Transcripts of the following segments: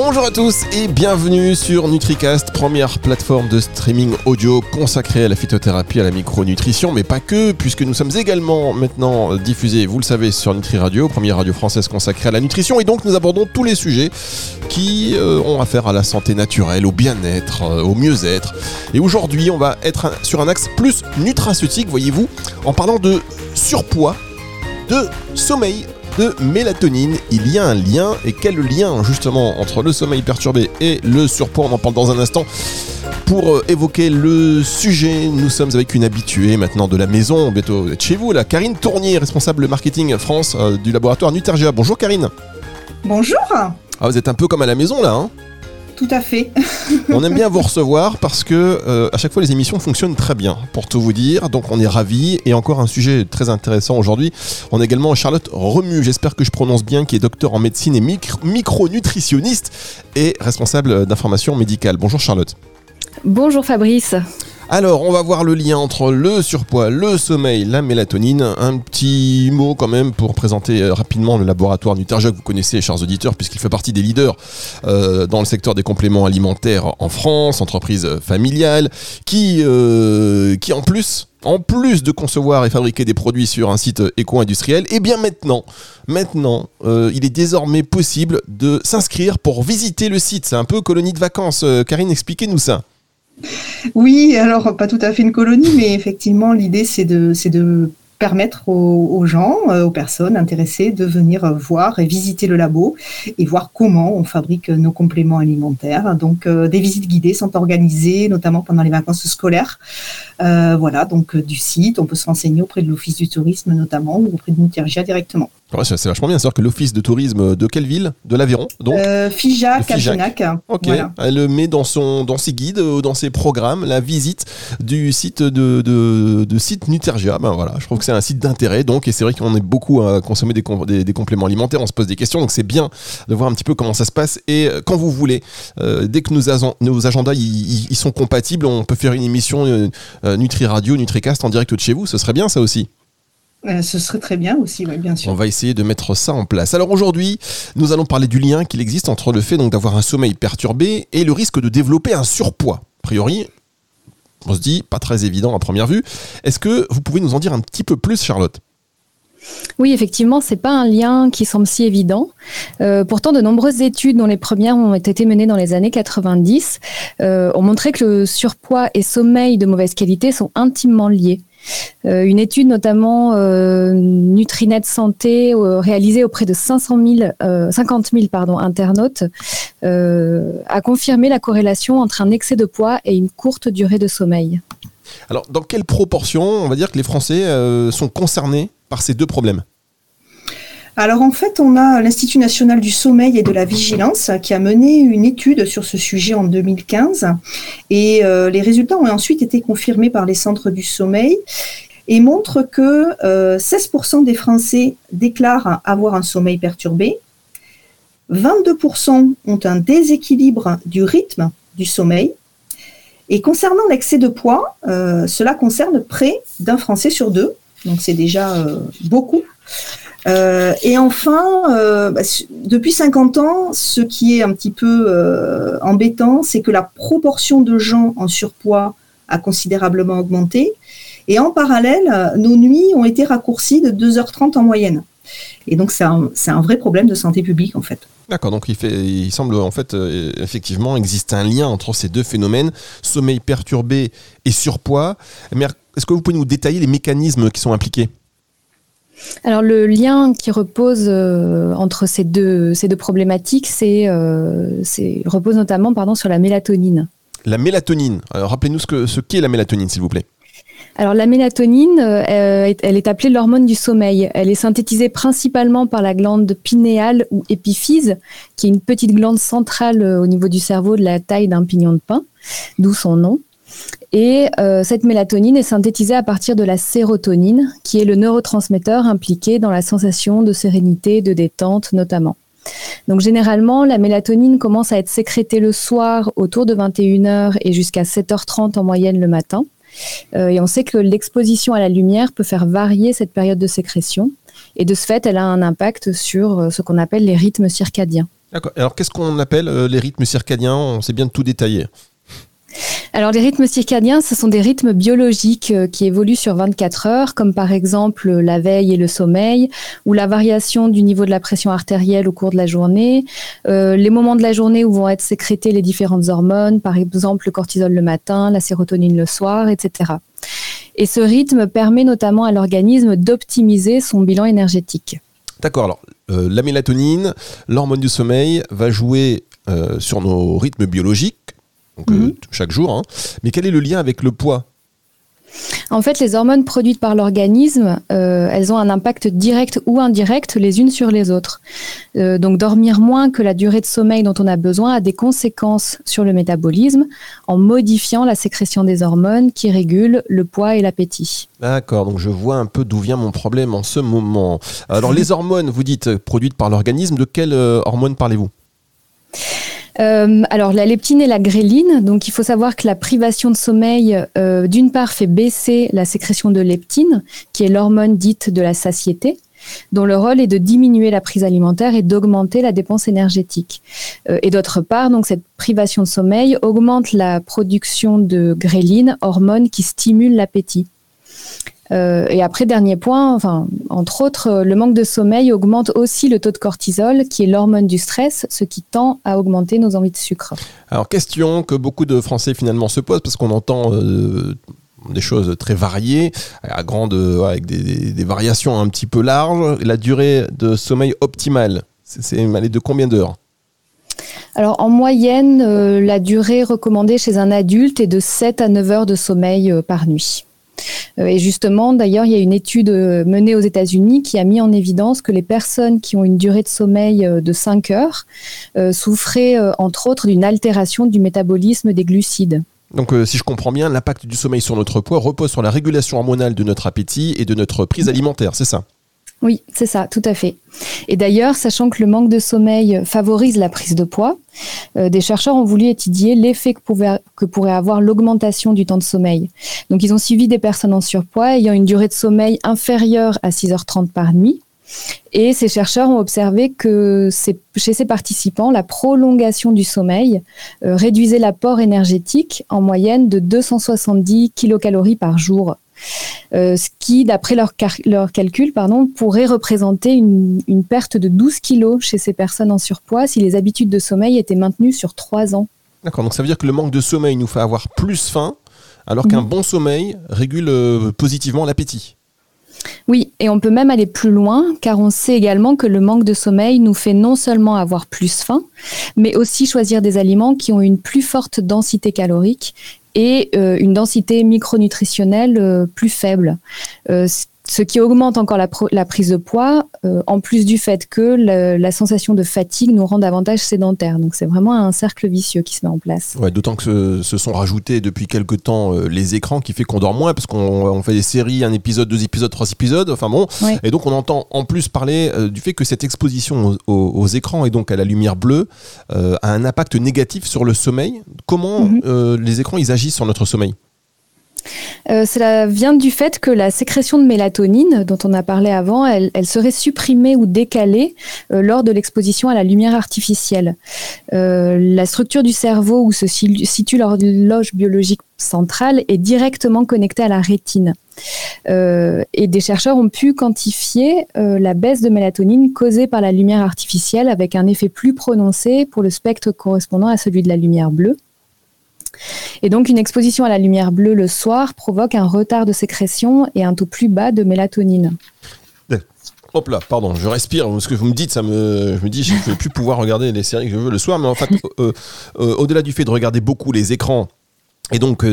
Bonjour à tous et bienvenue sur NutriCast, première plateforme de streaming audio consacrée à la phytothérapie, à la micronutrition, mais pas que, puisque nous sommes également maintenant diffusés, vous le savez, sur Nutri Radio, première radio française consacrée à la nutrition, et donc nous abordons tous les sujets qui ont affaire à la santé naturelle, au bien-être, au mieux-être. Et aujourd'hui, on va être sur un axe plus nutraceutique, voyez-vous, en parlant de surpoids, de sommeil, de mélatonine. Il y a un lien, et quel lien justement entre le sommeil perturbé et le surpoids? On en parle dans un instant. Pour évoquer le sujet, nous sommes avec une habituée maintenant de la maison, bientôt d'être chez vous, là, Karine Tournier, responsable marketing France du laboratoire Nutergia. Bonjour Karine. Bonjour. Vous êtes un peu comme à la maison là, hein? Tout à fait. On aime bien vous recevoir parce que à chaque fois les émissions fonctionnent très bien, pour tout vous dire. Donc on est ravis. Et encore un sujet très intéressant aujourd'hui. On a également Charlotte Remu, j'espère que je prononce bien, qui est docteur en médecine et micronutritionniste et responsable d'information médicale. Bonjour Charlotte. Bonjour Fabrice. Alors, on va voir le lien entre le surpoids, le sommeil, la mélatonine. Un petit mot quand même pour présenter rapidement le laboratoire Nutergia que vous connaissez, chers auditeurs, puisqu'il fait partie des leaders dans le secteur des compléments alimentaires en France, entreprise familiale, qui en plus de concevoir et fabriquer des produits sur un site éco-industriel, et bien maintenant, il est désormais possible de s'inscrire pour visiter le site. C'est un peu colonie de vacances. Karine, expliquez-nous ça. Oui, alors pas tout à fait une colonie, mais effectivement l'idée c'est de permettre aux gens, aux personnes intéressées de venir voir et visiter le labo et voir comment on fabrique nos compléments alimentaires. Donc des visites guidées sont organisées, notamment pendant les vacances scolaires. Voilà, donc du site, on peut se renseigner auprès de l'Office du tourisme notamment ou auprès de Nutergia directement. Ouais, c'est vachement bien, c'est-à-dire que l'Office de tourisme de quelle ville? De l'Aveyron, donc Figeac, à Genac. Ok, voilà. Elle met dans ses guides, dans ses programmes, la visite du site de site Nutergia. Ben voilà, je trouve que c'est un site d'intérêt, donc, et c'est vrai qu'on est beaucoup à consommer des compléments alimentaires, on se pose des questions, donc c'est bien de voir un petit peu comment ça se passe, et quand vous voulez, dès que nos agendas ils sont compatibles, on peut faire une émission Nutri Radio, NutriCast en direct de chez vous, ce serait bien ça aussi. Ce serait très bien aussi, oui, bien sûr. On va essayer de mettre ça en place. Alors aujourd'hui, nous allons parler du lien qu'il existe entre le fait donc d'avoir un sommeil perturbé et le risque de développer un surpoids. A priori, on se dit pas très évident à première vue. Est-ce que vous pouvez nous en dire un petit peu plus, Charlotte ? Oui, effectivement, c'est pas un lien qui semble si évident. Pourtant, de nombreuses études, dont les premières ont été menées dans les années 90, ont montré que le surpoids et sommeil de mauvaise qualité sont intimement liés. Une étude notamment Nutrinet Santé réalisée auprès de 50 000 internautes a confirmé la corrélation entre un excès de poids et une courte durée de sommeil. Alors, dans quelle proportion, on va dire que les Français sont concernés par ces deux problèmes ? Alors en fait, on a l'Institut national du sommeil et de la vigilance qui a mené une étude sur ce sujet en 2015 et les résultats ont ensuite été confirmés par les centres du sommeil et montrent que 16% des Français déclarent avoir un sommeil perturbé, 22% ont un déséquilibre du rythme du sommeil et concernant l'excès de poids, cela concerne près d'un Français sur deux, donc c'est déjà beaucoup. Et enfin, depuis 50 ans, ce qui est un petit peu embêtant, c'est que la proportion de gens en surpoids a considérablement augmenté. Et en parallèle, nos nuits ont été raccourcies de 2h30 en moyenne. Et donc, c'est un vrai problème de santé publique, en fait. D'accord, donc il semble en fait effectivement exister un lien entre ces deux phénomènes, sommeil perturbé et surpoids. Mais est-ce que vous pouvez nous détailler les mécanismes qui sont impliqués ? Alors le lien qui repose entre ces deux problématiques, repose notamment sur la mélatonine. La mélatonine. Alors, rappelez-nous ce qu'est la mélatonine, s'il vous plaît. Alors la mélatonine, elle est appelée l'hormone du sommeil. Elle est synthétisée principalement par la glande pinéale ou épiphyse, qui est une petite glande centrale au niveau du cerveau de la taille d'un pignon de pin, d'où son nom. Et cette mélatonine est synthétisée à partir de la sérotonine, qui est le neurotransmetteur impliqué dans la sensation de sérénité, de détente notamment. Donc généralement, la mélatonine commence à être sécrétée le soir autour de 21h et jusqu'à 7h30 en moyenne le matin. Et on sait que l'exposition à la lumière peut faire varier cette période de sécrétion. Et de ce fait, elle a un impact sur ce qu'on appelle les rythmes circadiens. D'accord. Alors, qu'est-ce qu'on appelle les rythmes circadiens? On sait bien de tout détailler. Alors, les rythmes circadiens, ce sont des rythmes biologiques qui évoluent sur 24 heures, comme par exemple la veille et le sommeil, ou la variation du niveau de la pression artérielle au cours de la journée, les moments de la journée où vont être sécrétées les différentes hormones, par exemple le cortisol le matin, la sérotonine le soir, etc. Et ce rythme permet notamment à l'organisme d'optimiser son bilan énergétique. D'accord. Alors, la mélatonine, l'hormone du sommeil, va jouer sur nos rythmes biologiques. Donc, chaque jour. Hein. Mais quel est le lien avec le poids? En fait, les hormones produites par l'organisme, elles ont un impact direct ou indirect les unes sur les autres. Donc, dormir moins que la durée de sommeil dont on a besoin a des conséquences sur le métabolisme en modifiant la sécrétion des hormones qui régulent le poids et l'appétit. D'accord, donc je vois un peu d'où vient mon problème en ce moment. Alors, les hormones, vous dites, produites par l'organisme, de quelles hormones parlez-vous? Alors la leptine et la gréline, donc il faut savoir que la privation de sommeil d'une part fait baisser la sécrétion de leptine, qui est l'hormone dite de la satiété, dont le rôle est de diminuer la prise alimentaire et d'augmenter la dépense énergétique. Et d'autre part, donc cette privation de sommeil augmente la production de gréline, hormone qui stimule l'appétit. Et après, dernier point, entre autres, le manque de sommeil augmente aussi le taux de cortisol, qui est l'hormone du stress, ce qui tend à augmenter nos envies de sucre. Alors, question que beaucoup de Français finalement se posent, parce qu'on entend des choses très variées, avec des variations un petit peu larges. La durée de sommeil optimale, c'est aller de combien d'heures? Alors, en moyenne, la durée recommandée chez un adulte est de 7 à 9 heures de sommeil par nuit. Et justement, d'ailleurs, il y a une étude menée aux États-Unis qui a mis en évidence que les personnes qui ont une durée de sommeil de 5 heures souffraient, entre autres, d'une altération du métabolisme des glucides. Donc, si je comprends bien, l'impact du sommeil sur notre poids repose sur la régulation hormonale de notre appétit et de notre prise alimentaire, c'est ça? Oui, c'est ça, tout à fait. Et d'ailleurs, sachant que le manque de sommeil favorise la prise de poids, des chercheurs ont voulu étudier l'effet que pourrait avoir l'augmentation du temps de sommeil. Donc, ils ont suivi des personnes en surpoids ayant une durée de sommeil inférieure à 6h30 par nuit. Et ces chercheurs ont observé que chez ces participants, la prolongation du sommeil réduisait l'apport énergétique en moyenne de 270 kilocalories par jour. Ce qui, d'après leur calcul, pourrait représenter une perte de 12 kilos chez ces personnes en surpoids si les habitudes de sommeil étaient maintenues sur 3 ans. D'accord, donc ça veut dire que le manque de sommeil nous fait avoir plus faim, alors qu'un bon sommeil régule positivement l'appétit. Oui, et on peut même aller plus loin, car on sait également que le manque de sommeil nous fait non seulement avoir plus faim, mais aussi choisir des aliments qui ont une plus forte densité calorique et une densité micronutritionnelle plus faible. Ce qui augmente encore la prise de poids, en plus du fait que la sensation de fatigue nous rend davantage sédentaires. Donc c'est vraiment un cercle vicieux qui se met en place. Ouais, d'autant que se sont rajoutés depuis quelque temps les écrans, qui fait qu'on dort moins, parce qu'on fait des séries, 1 épisode, 2 épisodes, 3 épisodes, ouais. Et donc on entend en plus parler du fait que cette exposition aux écrans et donc à la lumière bleue a un impact négatif sur le sommeil. Comment les écrans ils agissent sur notre sommeil? Cela vient du fait que la sécrétion de mélatonine, dont on a parlé avant, elle serait supprimée ou décalée lors de l'exposition à la lumière artificielle. La structure du cerveau où se situe l'horloge biologique centrale est directement connectée à la rétine. Et des chercheurs ont pu quantifier la baisse de mélatonine causée par la lumière artificielle avec un effet plus prononcé pour le spectre correspondant à celui de la lumière bleue. Et donc, une exposition à la lumière bleue le soir provoque un retard de sécrétion et un taux plus bas de mélatonine. Hop là, pardon, je respire. Ce que vous me dites, je me dis, je ne vais plus pouvoir regarder les séries que je veux le soir. Mais en fait, au-delà du fait de regarder beaucoup les écrans, et donc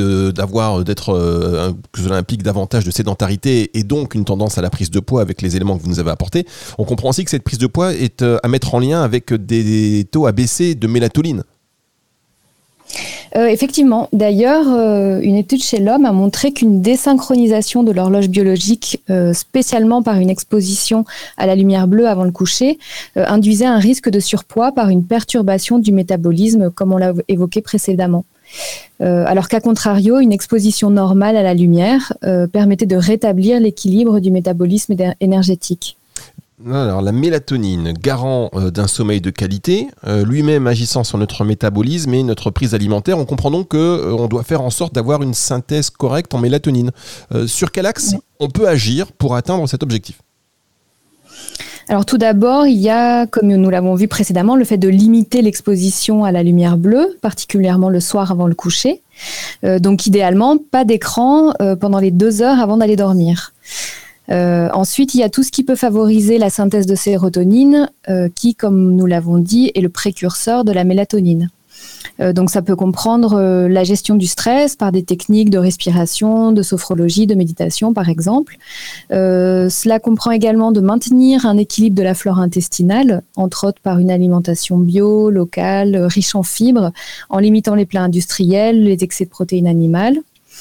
que cela implique davantage de sédentarité et donc une tendance à la prise de poids avec les éléments que vous nous avez apportés, on comprend aussi que cette prise de poids est à mettre en lien avec des taux à baisser de mélatonine. Effectivement. D'ailleurs, une étude chez l'homme a montré qu'une désynchronisation de l'horloge biologique, spécialement par une exposition à la lumière bleue avant le coucher, induisait un risque de surpoids par une perturbation du métabolisme, comme on l'a évoqué précédemment. Alors qu'à contrario, une exposition normale à la lumière permettait de rétablir l'équilibre du métabolisme énergétique. Alors, la mélatonine, garant d'un sommeil de qualité, lui-même agissant sur notre métabolisme et notre prise alimentaire, on comprend donc qu'on doit faire en sorte d'avoir une synthèse correcte en mélatonine. Sur quel axe on peut agir pour atteindre cet objectif ? Alors tout d'abord, il y a, comme nous l'avons vu précédemment, le fait de limiter l'exposition à la lumière bleue, particulièrement le soir avant le coucher. Donc idéalement, pas d'écran pendant les 2 heures avant d'aller dormir. Ensuite, il y a tout ce qui peut favoriser la synthèse de sérotonine, qui, comme nous l'avons dit, est le précurseur de la mélatonine. Donc ça peut comprendre la gestion du stress par des techniques de respiration, de sophrologie, de méditation par exemple. Cela comprend également de maintenir un équilibre de la flore intestinale, entre autres par une alimentation bio, locale, riche en fibres, en limitant les plats industriels, les excès de protéines animales.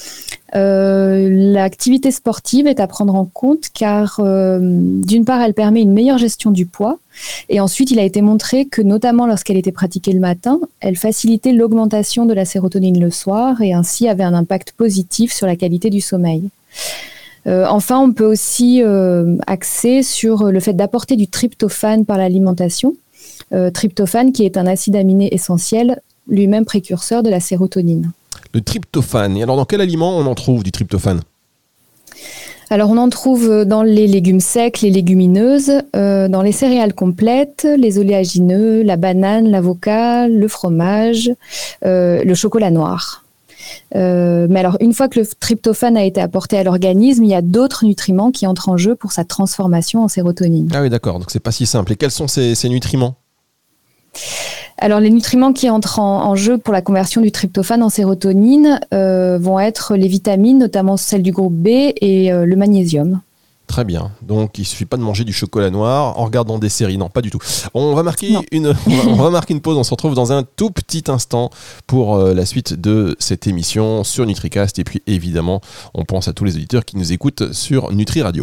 L'activité sportive est à prendre en compte car d'une part elle permet une meilleure gestion du poids et ensuite il a été montré que notamment lorsqu'elle était pratiquée le matin, elle facilitait l'augmentation de la sérotonine le soir et ainsi avait un impact positif sur la qualité du sommeil. Enfin, on peut aussi axer sur le fait d'apporter du tryptophane par l'alimentation. Tryptophane qui est un acide aminé essentiel, lui-même précurseur de la sérotonine. Le tryptophane. Et alors, dans quel aliment on en trouve du tryptophane ? Alors, on en trouve dans les légumes secs, les légumineuses, dans les céréales complètes, les oléagineux, la banane, l'avocat, le fromage, le chocolat noir. Mais alors, une fois que le tryptophane a été apporté à l'organisme, il y a d'autres nutriments qui entrent en jeu pour sa transformation en sérotonine. Ah oui, d'accord. Donc, c'est pas si simple. Et quels sont ces nutriments ? Alors, les nutriments qui entrent en jeu pour la conversion du tryptophane en sérotonine vont être les vitamines, notamment celles du groupe B et le magnésium. Très bien. Donc, il ne suffit pas de manger du chocolat noir en regardant des séries. Non, pas du tout. On va marquer une pause. On se retrouve dans un tout petit instant pour la suite de cette émission sur NutriCast. Et puis, évidemment, on pense à tous les auditeurs qui nous écoutent sur Nutri Radio.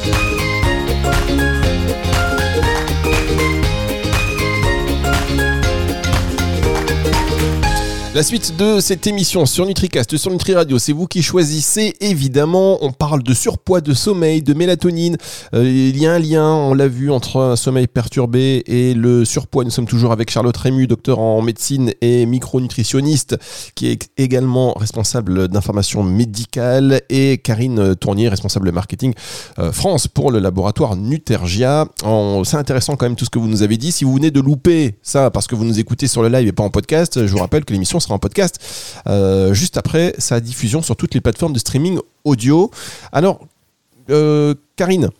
La suite de cette émission sur NutriCast, sur Nutri Radio, c'est vous qui choisissez. Évidemment, on parle de surpoids, de sommeil, de mélatonine. Il y a un lien, on l'a vu, entre un sommeil perturbé et le surpoids. Nous sommes toujours avec Charlotte Rému, docteur en médecine et micronutritionniste, qui est également responsable d'information médicale, et Karine Tournier, responsable marketing France pour le laboratoire Nutergia. C'est intéressant quand même tout ce que vous nous avez dit. Si vous venez de louper ça parce que vous nous écoutez sur le live et pas en podcast, je vous rappelle que l'émission sera en podcast juste après sa diffusion sur toutes les plateformes de streaming audio. Alors, Karine.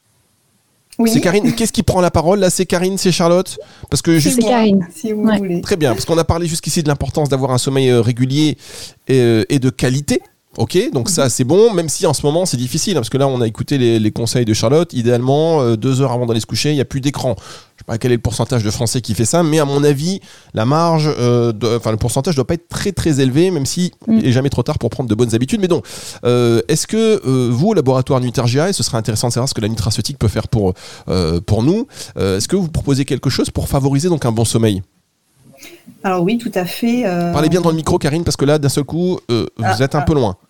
Oui. C'est Karine. Qu'est-ce qui prend la parole là ? C'est Karine, c'est Charlotte ? Parce que c'est Karine. Si vous voulez. Très bien, parce qu'on a parlé jusqu'ici de l'importance d'avoir un sommeil régulier et de qualité. Ok, donc ça c'est bon, même si en ce moment c'est difficile, parce que là on a écouté les conseils de Charlotte. Idéalement, 2 heures avant d'aller se coucher, il n'y a plus d'écran. Je ne sais pas quel est le pourcentage de Français qui fait ça, mais à mon avis, la marge, le pourcentage ne doit pas être très très élevé, même si il n'est jamais trop tard pour prendre de bonnes habitudes. Mais donc, est-ce que vous, au laboratoire Nutergia, et ce serait intéressant de savoir ce que la nutraceutique peut faire pour nous, est-ce que vous proposez quelque chose pour favoriser donc un bon sommeil ? Alors oui, tout à fait. Parlez bien dans le micro, Karine, parce que là, d'un seul coup, vous êtes un peu loin.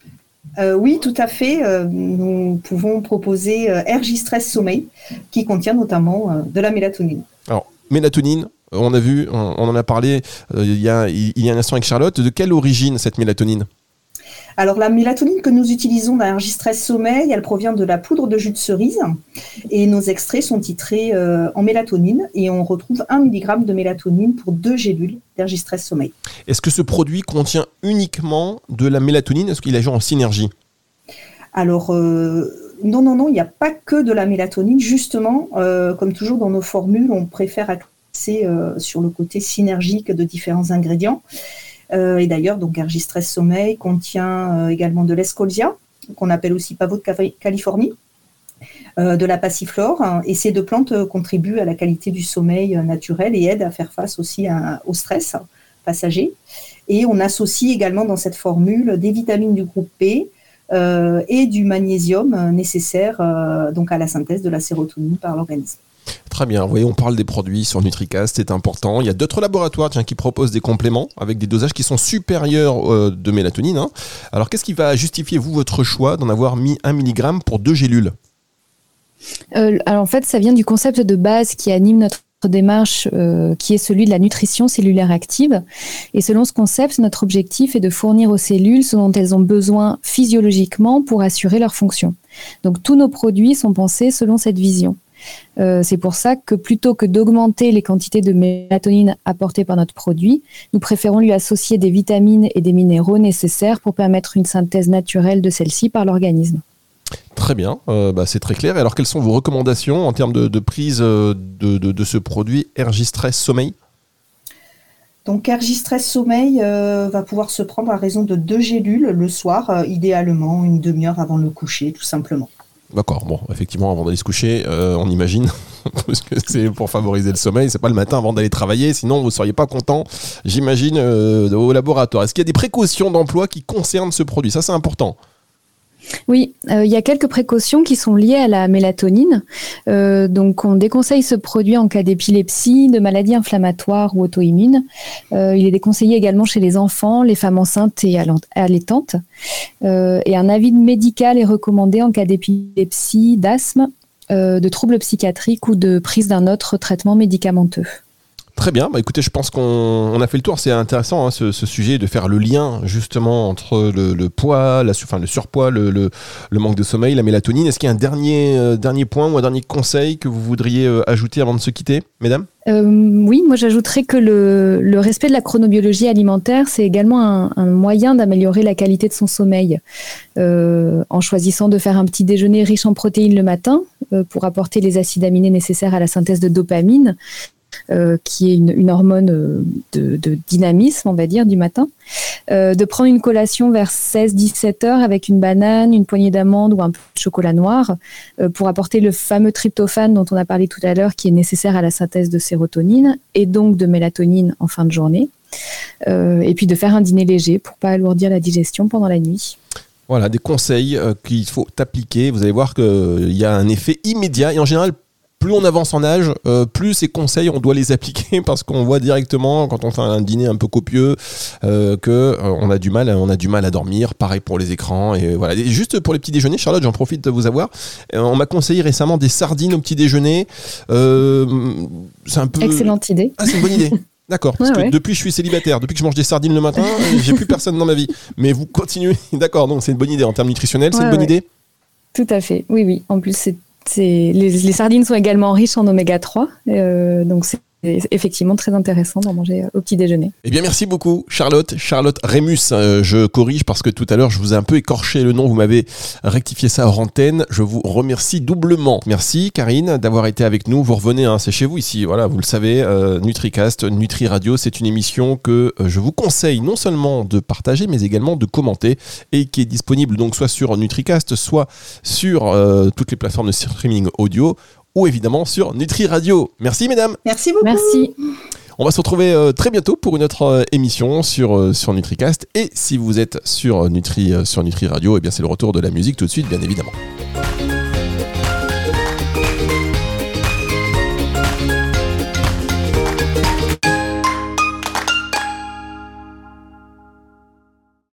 Oui, tout à fait. Nous pouvons proposer Ergistress Sommeil, qui contient notamment de la mélatonine. Alors, mélatonine, on a vu, on en a parlé il y a un instant avec Charlotte. De quelle origine cette mélatonine ? Alors, la mélatonine que nous utilisons dans Ergistress Sommeil, elle provient de la poudre de jus de cerise, et nos extraits sont titrés en mélatonine, et on retrouve 1 mg de mélatonine pour 2 gélules d'Ergistress Sommeil. Est-ce que ce produit contient uniquement de la mélatonine ? Est-ce qu'il agit en synergie ? Alors, non, il n'y a pas que de la mélatonine. Justement, comme toujours dans nos formules, on préfère axer sur le côté synergique de différents ingrédients. Et d'ailleurs, donc Ergistress Sommeil contient également de l'escolzia, qu'on appelle aussi pavot de Californie, de la passiflore, et ces 2 plantes contribuent à la qualité du sommeil naturel et aident à faire face aussi au stress passager. Et on associe également dans cette formule des vitamines du groupe B et du magnésium nécessaire donc à la synthèse de la sérotonine par l'organisme. Très bien, vous voyez, on parle des produits sur NutriCast, c'est important. Il y a d'autres laboratoires qui proposent des compléments avec des dosages qui sont supérieurs de mélatonine. Alors, qu'est-ce qui va justifier, vous, votre choix d'en avoir mis 1 mg pour 2 gélules ? Alors en fait, ça vient du concept de base qui anime notre démarche, qui est celui de la nutrition cellulaire active. Et selon ce concept, notre objectif est de fournir aux cellules ce dont elles ont besoin physiologiquement pour assurer leur fonction. Donc tous nos produits sont pensés selon cette vision. C'est pour ça que plutôt que d'augmenter les quantités de mélatonine apportées par notre produit, nous préférons lui associer des vitamines et des minéraux nécessaires pour permettre une synthèse naturelle de celle-ci par l'organisme. Très bien, c'est très clair. Et alors, quelles sont vos recommandations en termes de prise de ce produit Ergistress Sommeil ? Donc Ergistress Sommeil va pouvoir se prendre à raison de 2 gélules le soir, idéalement une demi-heure avant le coucher, tout simplement. D'accord, bon, effectivement, avant d'aller se coucher, on imagine, parce que c'est pour favoriser le sommeil, c'est pas le matin avant d'aller travailler, sinon vous ne seriez pas content, j'imagine, au laboratoire. Est-ce qu'il y a des précautions d'emploi qui concernent ce produit ? Ça, c'est important. Oui, il y a quelques précautions qui sont liées à la mélatonine. Donc, on déconseille ce produit en cas d'épilepsie, de maladies inflammatoires ou auto-immunes. Il est déconseillé également chez les enfants, les femmes enceintes et allaitantes. Et un avis médical est recommandé en cas d'épilepsie, d'asthme, de troubles psychiatriques ou de prise d'un autre traitement médicamenteux. Très bien, écoutez, je pense qu'on a fait le tour. C'est intéressant ce sujet de faire le lien justement entre le poids, le surpoids, le manque de sommeil, la mélatonine. Est-ce qu'il y a un dernier point ou un dernier conseil que vous voudriez ajouter avant de se quitter, mesdames ? Oui, moi j'ajouterais que le respect de la chronobiologie alimentaire, c'est également un moyen d'améliorer la qualité de son sommeil. En choisissant de faire un petit déjeuner riche en protéines le matin pour apporter les acides aminés nécessaires à la synthèse de dopamine, qui est une hormone de dynamisme, on va dire, du matin. De prendre une collation vers 16-17 heures avec une banane, une poignée d'amandes ou un peu de chocolat noir pour apporter le fameux tryptophane dont on a parlé tout à l'heure, qui est nécessaire à la synthèse de sérotonine et donc de mélatonine en fin de journée. Et puis de faire un dîner léger pour ne pas alourdir la digestion pendant la nuit. Voilà, des conseils qu'il faut appliquer. Vous allez voir qu'il y a un effet immédiat et en général, plus on avance en âge, plus ces conseils, on doit les appliquer parce qu'on voit directement, quand on fait un dîner un peu copieux, qu'on a du mal à dormir. Pareil pour les écrans. Et voilà. Et juste pour les petits déjeuners, Charlotte, j'en profite de vous avoir. On m'a conseillé récemment des sardines au petit déjeuner. C'est un peu... Excellente idée. Ah, c'est une bonne idée. D'accord, parce que depuis que je suis célibataire, depuis que je mange des sardines le matin, j'ai plus personne dans ma vie. Mais vous continuez. D'accord, donc c'est une bonne idée en termes nutritionnels, c'est une bonne idée ? Tout à fait, oui. En plus, les sardines sont également riches en oméga 3, donc c'est effectivement très intéressant d'en manger au petit déjeuner. Eh bien, merci beaucoup, Charlotte Rémus. Je corrige parce que tout à l'heure, je vous ai un peu écorché le nom. Vous m'avez rectifié ça hors antenne. Je vous remercie doublement. Merci, Karine, d'avoir été avec nous. Vous revenez, c'est chez vous ici. Voilà, vous le savez, NutriCast, Nutri Radio, c'est une émission que je vous conseille non seulement de partager, mais également de commenter et qui est disponible donc soit sur NutriCast, soit sur toutes les plateformes de streaming audio, ou évidemment sur Nutri Radio. Merci mesdames. Merci beaucoup. Merci. On va se retrouver très bientôt pour une autre émission sur NutriCast. Et si vous êtes sur Nutri Radio, eh bien c'est le retour de la musique tout de suite, bien évidemment.